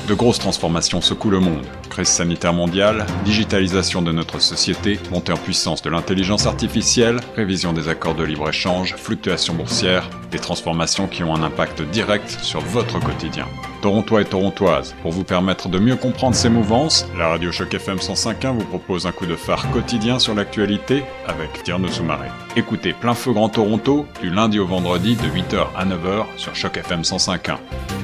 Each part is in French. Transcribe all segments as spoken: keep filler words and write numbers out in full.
De grosses transformations secouent le monde. Crise sanitaire mondiale, digitalisation de notre société, montée en puissance de l'intelligence artificielle, révision des accords de libre-échange, fluctuations boursières, des transformations qui ont un impact direct sur votre quotidien. Torontois et Torontoises, pour vous permettre de mieux comprendre ces mouvances, la radio Choc F M cent cinq point un vous propose un coup de phare quotidien sur l'actualité avec Tierno Soumaré. Écoutez Plein Feu Grand Toronto du lundi au vendredi de huit heures à neuf heures sur Choc F M cent cinq point un.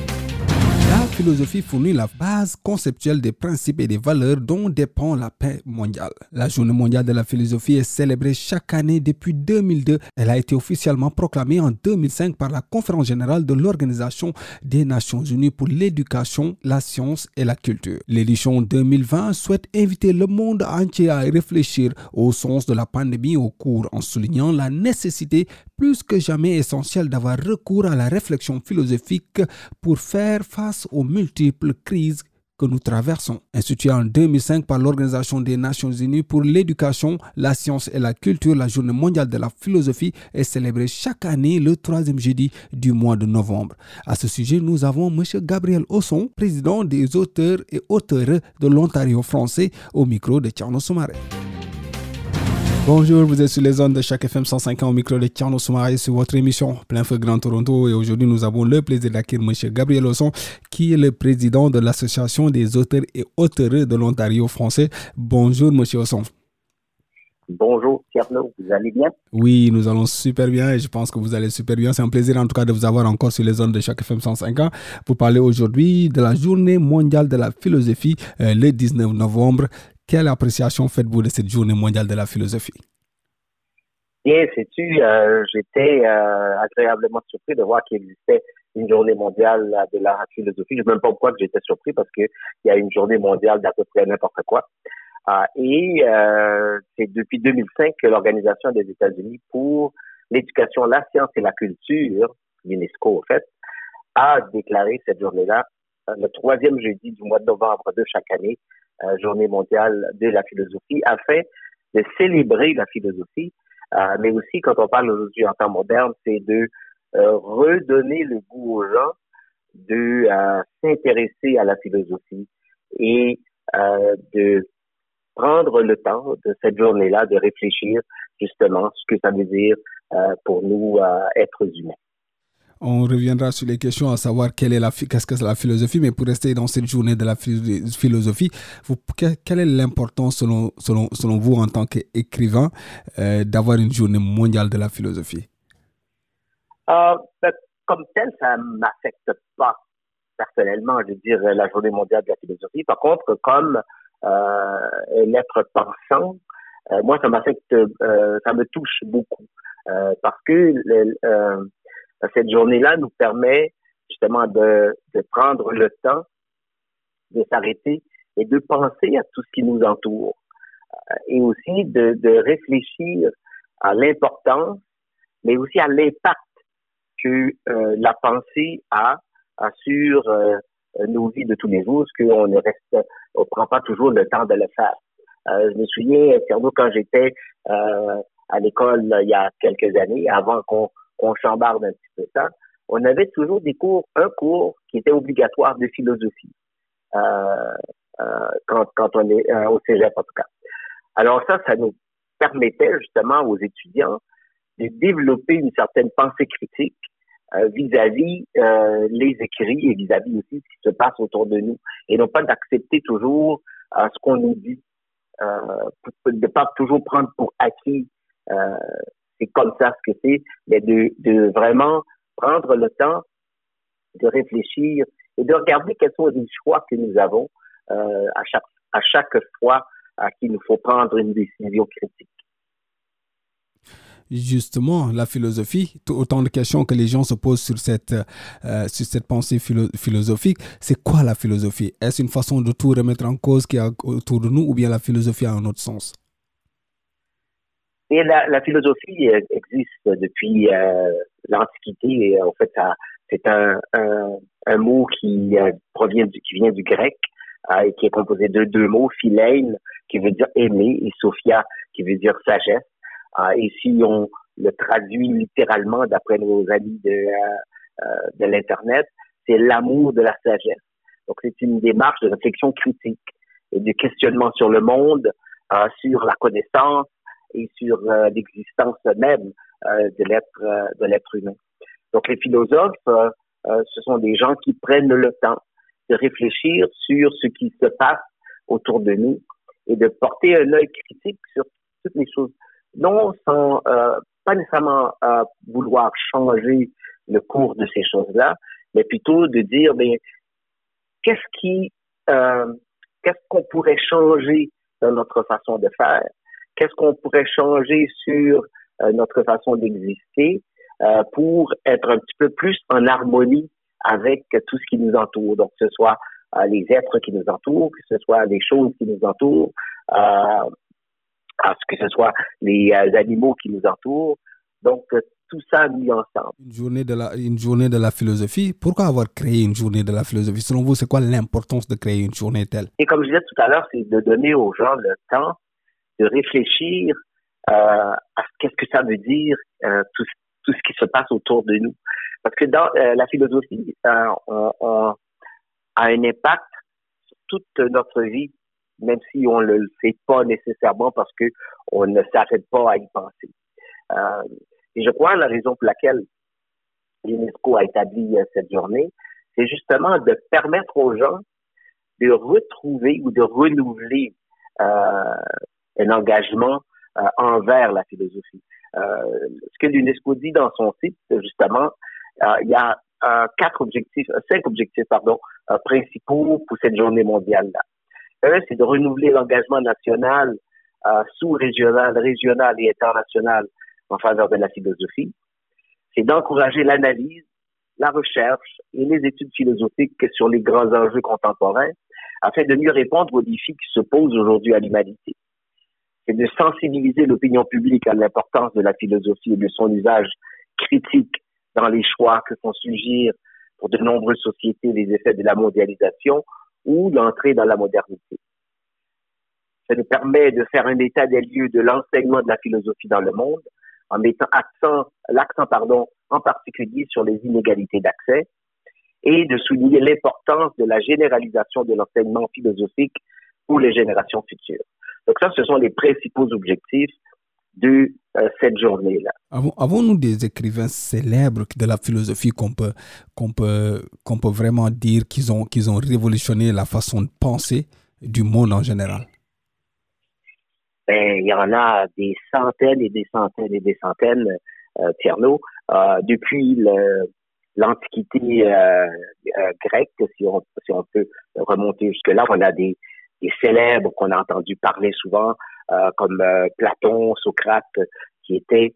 La philosophie fournit la base conceptuelle des principes et des valeurs dont dépend la paix mondiale. La Journée mondiale de la philosophie est célébrée chaque année depuis deux mille deux. Elle a été officiellement proclamée en deux mille cinq par la Conférence générale de l'Organisation des Nations Unies pour l'éducation, la science et la culture. L'édition deux mille vingt souhaite inviter le monde entier à réfléchir au sens de la pandémie au cours en soulignant la nécessité plus que jamais essentielle d'avoir recours à la réflexion philosophique pour faire face aux multiples crises que nous traversons. Instituée en deux mille cinq par l'Organisation des Nations Unies pour l'éducation, la science et la culture, la Journée mondiale de la philosophie est célébrée chaque année le troisième jeudi du mois de novembre. À ce sujet, nous avons M. Gabriel Osson, président des auteurs et auteures de l'Ontario français, au micro de Tierno Soumaré. Bonjour, vous êtes sur les ondes de Choc F M cent cinq point un au micro de Tierno Soumaré sur votre émission Plein Feu Grand Toronto. Et aujourd'hui, nous avons le plaisir d'accueillir M. Gabriel Osson, qui est le président de l'Association des auteurs et auteures de l'Ontario français. Bonjour, M. Osson. Bonjour, Tierno, vous allez bien? Oui, nous allons super bien et je pense que vous allez super bien. C'est un plaisir en tout cas de vous avoir encore sur les ondes de Choc F M cent cinq point un pour parler aujourd'hui de la Journée mondiale de la philosophie, euh, le dix-neuf novembre. Quelle appréciation faites-vous de cette Journée mondiale de la philosophie? Bien, sais-tu, euh, j'étais euh, agréablement surpris de voir qu'il existait une Journée mondiale de la philosophie. Je ne sais même pas pourquoi j'étais surpris parce qu'il y a une Journée mondiale d'à peu près n'importe quoi. Euh, et euh, c'est depuis deux mille cinq que l'Organisation des États-Unis pour l'éducation, la science et la culture, l'UNESCO en fait, a déclaré cette journée-là euh, le troisième jeudi du mois de novembre de chaque année, euh, Journée mondiale de la philosophie, afin de célébrer la philosophie, euh, mais aussi quand on parle aujourd'hui en temps moderne, c'est de euh, redonner le goût aux gens de euh, s'intéresser à la philosophie et euh, de prendre le temps de cette journée-là de réfléchir justement ce que ça veut dire euh, pour nous, euh, êtres humains. On reviendra sur les questions à savoir quelle est la, qu'est-ce que c'est la philosophie, mais pour rester dans cette journée de la philosophie, vous, quelle est l'importance selon, selon, selon vous en tant qu'écrivain euh, d'avoir une journée mondiale de la philosophie? Euh, ben, comme tel, ça ne m'affecte pas personnellement, je veux dire, la journée mondiale de la philosophie. Par contre, comme euh, l'être pensant, euh, moi, ça m'affecte, euh, ça me touche beaucoup euh, parce que le, euh, cette journée-là nous permet justement de, de prendre le temps de s'arrêter et de penser à tout ce qui nous entoure euh, et aussi de, de réfléchir à l'importance, mais aussi à l'impact que euh, la pensée a, a sur euh, nos vies de tous les jours, ce qu'on ne reste, on prend pas toujours le temps de le faire. Euh, je me souviens, Tierno, quand j'étais euh, à l'école il y a quelques années, avant qu'on qu'on chambarde un petit peu ça, on avait toujours des cours, un cours qui était obligatoire de philosophie, euh, euh, quand, quand on est euh, au cégep en tout cas. Alors ça, ça nous permettait justement aux étudiants de développer une certaine pensée critique euh, vis-à-vis euh, les écrits et vis-à-vis aussi ce qui se passe autour de nous, et non pas d'accepter toujours euh, ce qu'on nous dit, euh, de ne pas toujours prendre pour acquis euh, c'est comme ça ce que c'est, mais de, de vraiment prendre le temps de réfléchir et de regarder quels sont les choix que nous avons euh, à chaque à chaque fois à qu'il nous faut prendre une décision critique. Justement, la philosophie, autant de questions que les gens se posent sur cette, euh, sur cette pensée philo- philosophique, c'est quoi la philosophie? Est-ce une façon de tout remettre en cause qui est autour de nous ou bien la philosophie a un autre sens? Et la, la philosophie existe depuis euh, l'Antiquité. Et en fait, ça, c'est un, un, un mot qui euh, provient du, qui vient du grec euh, et qui est composé de deux mots, philein, qui veut dire aimer, et sophia, qui veut dire sagesse. Euh, et si on le traduit littéralement d'après nos amis de, euh, de l'Internet, c'est l'amour de la sagesse. Donc, c'est une démarche de réflexion critique et de questionnement sur le monde, euh, sur la connaissance et sur euh, l'existence même euh, de l'être euh, de l'être humain. Donc, les philosophes, euh, euh, ce sont des gens qui prennent le temps de réfléchir sur ce qui se passe autour de nous et de porter un œil critique sur toutes les choses, non sans euh, pas nécessairement euh, vouloir changer le cours de ces choses-là, mais plutôt de dire, mais qu'est-ce qui, euh, qu'est-ce qu'on pourrait changer dans notre façon de faire, qu'est-ce qu'on pourrait changer sur euh, notre façon d'exister euh, pour être un petit peu plus en harmonie avec tout ce qui nous entoure. Donc, que ce soit euh, les êtres qui nous entourent, que ce soit les choses qui nous entourent, euh, que ce soit les euh, animaux qui nous entourent. Donc, euh, tout ça mis ensemble. Une journée de la, une journée de la philosophie. Pourquoi avoir créé une journée de la philosophie? Selon vous, c'est quoi l'importance de créer une journée telle? Et comme je disais tout à l'heure, c'est de donner aux gens le temps de réfléchir euh, à qu'est-ce que ça veut dire, euh, tout, tout ce qui se passe autour de nous. Parce que dans euh, la philosophie, euh, on, on a un impact sur toute notre vie, même si on ne le sait pas nécessairement parce que on ne s'arrête pas à y penser. Euh, et je crois la raison pour laquelle l'UNESCO a établi euh, cette journée, c'est justement de permettre aux gens de retrouver ou de renouveler euh, un engagement euh, envers la philosophie. Euh, ce que l'UNESCO dit dans son site, justement, euh, il y a euh, quatre objectifs, euh, cinq objectifs, pardon, euh, principaux pour cette journée mondiale-là. Un, c'est de renouveler l'engagement national, euh, sous-régional, régional et international en faveur de la philosophie. C'est d'encourager l'analyse, la recherche et les études philosophiques sur les grands enjeux contemporains afin de mieux répondre aux défis qui se posent aujourd'hui à l'humanité. C'est de sensibiliser l'opinion publique à l'importance de la philosophie et de son usage critique dans les choix que font surgir pour de nombreuses sociétés les effets de la mondialisation ou l'entrée dans la modernité. Ça nous permet de faire un état des lieux de l'enseignement de la philosophie dans le monde, en mettant accent, l'accent pardon, en particulier sur les inégalités d'accès, et de souligner l'importance de la généralisation de l'enseignement philosophique pour les générations futures. Donc ça, ce sont les principaux objectifs de euh, cette journée-là. Avons, avons-nous des écrivains célèbres de la philosophie qu'on peut, qu'on peut, qu'on peut vraiment dire qu'ils ont, qu'ils ont révolutionné la façon de penser du monde en général? Ben, il y en a des centaines et des centaines et des centaines, euh, Tierno, euh, depuis le, l'Antiquité euh, euh, grecque, si on, si on peut remonter jusque-là. On a des, des célèbres qu'on a entendu parler souvent, euh, comme euh, Platon, Socrate, qui étaient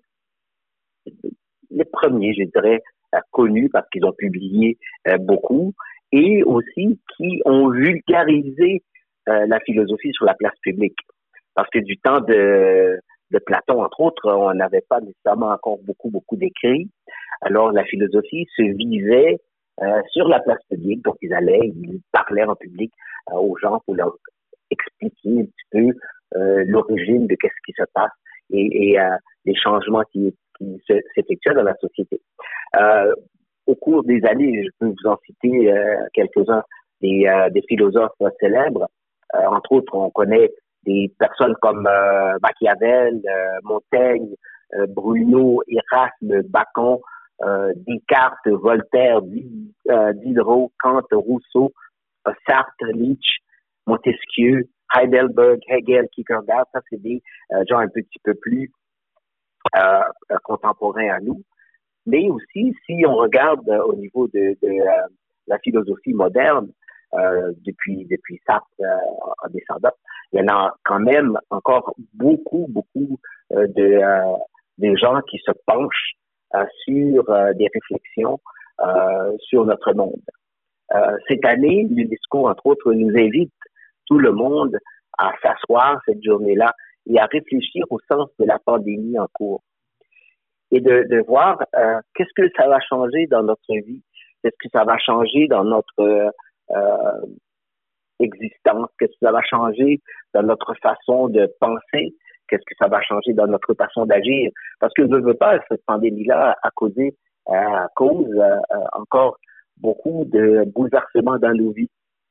les premiers, je dirais, euh, connus parce qu'ils ont publié euh, beaucoup, et aussi qui ont vulgarisé euh, la philosophie sur la place publique. Parce que du temps de, de Platon, entre autres, on n'avait pas nécessairement encore beaucoup, beaucoup d'écrits. Alors, la philosophie se vivait euh, sur la place publique. Donc, ils allaient, ils parlaient en public euh, aux gens pour leur expliquer un petit peu euh, l'origine de qu'est-ce qui se passe et, et euh, les changements qui, qui se, s'effectuent dans la société. Euh, au cours des années, je peux vous en citer euh, quelques-uns des, euh, des philosophes célèbres. Euh, entre autres, on connaît des personnes comme euh, Machiavel, euh, Montaigne, euh, Bruno, Erasme, Bacon, euh, Descartes, Voltaire, euh, Diderot, Kant, Rousseau, euh, Sartre, Nietzsche, Montesquieu, Heidelberg, Hegel, Kierkegaard. Ça, c'est des euh, gens un petit peu plus euh, contemporains à nous. Mais aussi, si on regarde euh, au niveau de, de euh, la philosophie moderne, euh, depuis depuis Sartre euh, en descendant, il y en a quand même encore beaucoup, beaucoup euh, de, euh, de gens qui se penchent euh, sur euh, des réflexions euh, sur notre monde. Euh, cette année, l'UNESCO, entre autres, nous invite tout le monde à s'asseoir cette journée-là et à réfléchir au sens de la pandémie en cours. Et de, de voir euh, qu'est-ce que ça va changer dans notre vie, qu'est-ce que ça va changer dans notre euh, existence, qu'est-ce que ça va changer dans notre façon de penser, qu'est-ce que ça va changer dans notre façon d'agir. Parce que je ne veux pas, cette pandémie-là a causé, euh, cause euh, encore beaucoup de bouleversements dans nos vies.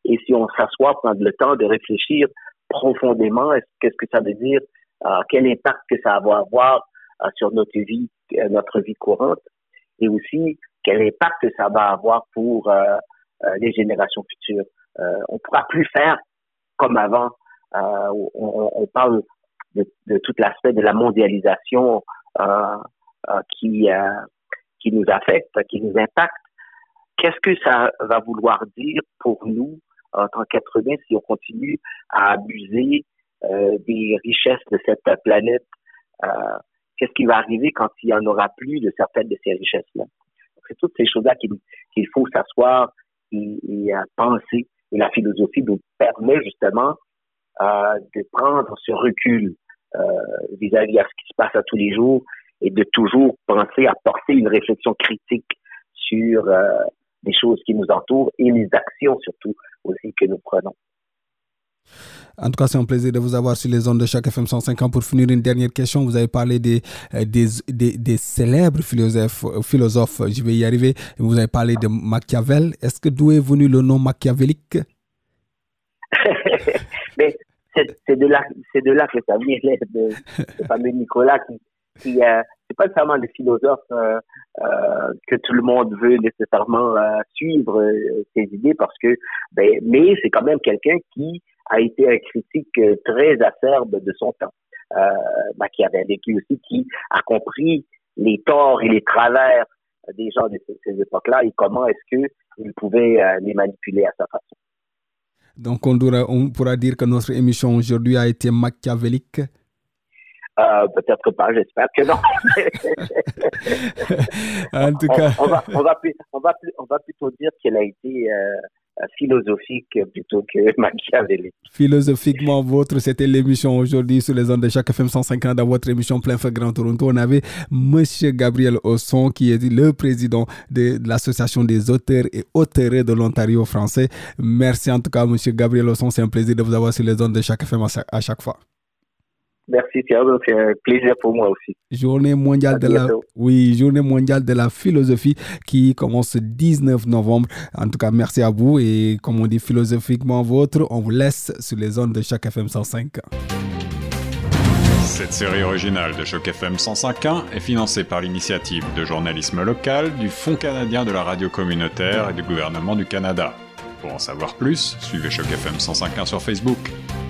et si on s'assoit, prendre le temps de réfléchir profondément, qu'est-ce que ça veut dire, euh, quel impact que ça va avoir euh, sur notre vie, euh, notre vie courante, et aussi quel impact que ça va avoir pour euh, euh, les générations futures. Euh, on ne pourra plus faire comme avant. Euh, on, on parle de, de tout l'aspect de la mondialisation euh, euh, qui, euh, qui nous affecte, qui nous impacte. Qu'est-ce que ça va vouloir dire pour nous en tant qu'êtres humains si on continue à abuser euh, des richesses de cette planète? Euh, qu'est-ce qui va arriver quand il n'y en aura plus de certaines de ces richesses-là? C'est toutes ces choses-là qu'il, qu'il faut s'asseoir et, et euh, penser. Et la philosophie nous permet justement euh, de prendre ce recul euh, vis-à-vis de ce qui se passe à tous les jours et de toujours penser à porter une réflexion critique sur euh, les choses qui nous entourent et les actions surtout aussi que nous prenons. En tout cas, c'est un plaisir de vous avoir sur les ondes de Choc F M cent cinq ans. Pour finir, une dernière question. Vous avez parlé des, des, des, des célèbres philosophes, philosophes, je vais y arriver. Vous avez parlé de Machiavel. Est-ce que d'où est venu le nom machiavélique? Mais c'est, c'est, de là, c'est de là que ça vient, de ce fameux Nicolas qui, qui euh, c'est pas nécessairement le philosophe euh, euh, que tout le monde veut nécessairement euh, suivre euh, ses idées parce que, ben, mais c'est quand même quelqu'un qui a été un critique très acerbe de son temps. Euh, Machiavel, et qui aussi qui a compris les torts et les travers des gens de ces, ces époques-là et comment est-ce qu'ils pouvaient euh, les manipuler à sa façon. Donc on, doit, on pourra dire que notre émission aujourd'hui a été machiavélique? Euh, peut-être pas, j'espère que non. En tout cas, on, on, va, on, va, on, va, on va plutôt dire qu'elle a été euh, philosophique plutôt que machiavélique. Philosophiquement vôtre, c'était l'émission aujourd'hui sur les ondes de Choc F M cent cinq ans dans votre émission Plein Feu Grand Toronto. On avait M. Gabriel Osson qui est le président de, de l'Association des auteurs et auteures de l'Ontario français. Merci en tout cas M. Gabriel Osson, c'est un plaisir de vous avoir sur les ondes de Choc F M à, à chaque fois. Merci Pierre, c'est un plaisir pour moi aussi. Journée mondiale de la, oui, journée mondiale de la philosophie qui commence le dix-neuf novembre. En tout cas, merci à vous et comme on dit philosophiquement vôtre, on vous laisse sur les ondes de Choc F M cent cinq. Cette série originale de Choc F M cent cinq point un est financée par l'initiative de journalisme local du Fonds canadien de la radio communautaire et du gouvernement du Canada. Pour en savoir plus, suivez Choc F M cent cinq point un sur Facebook.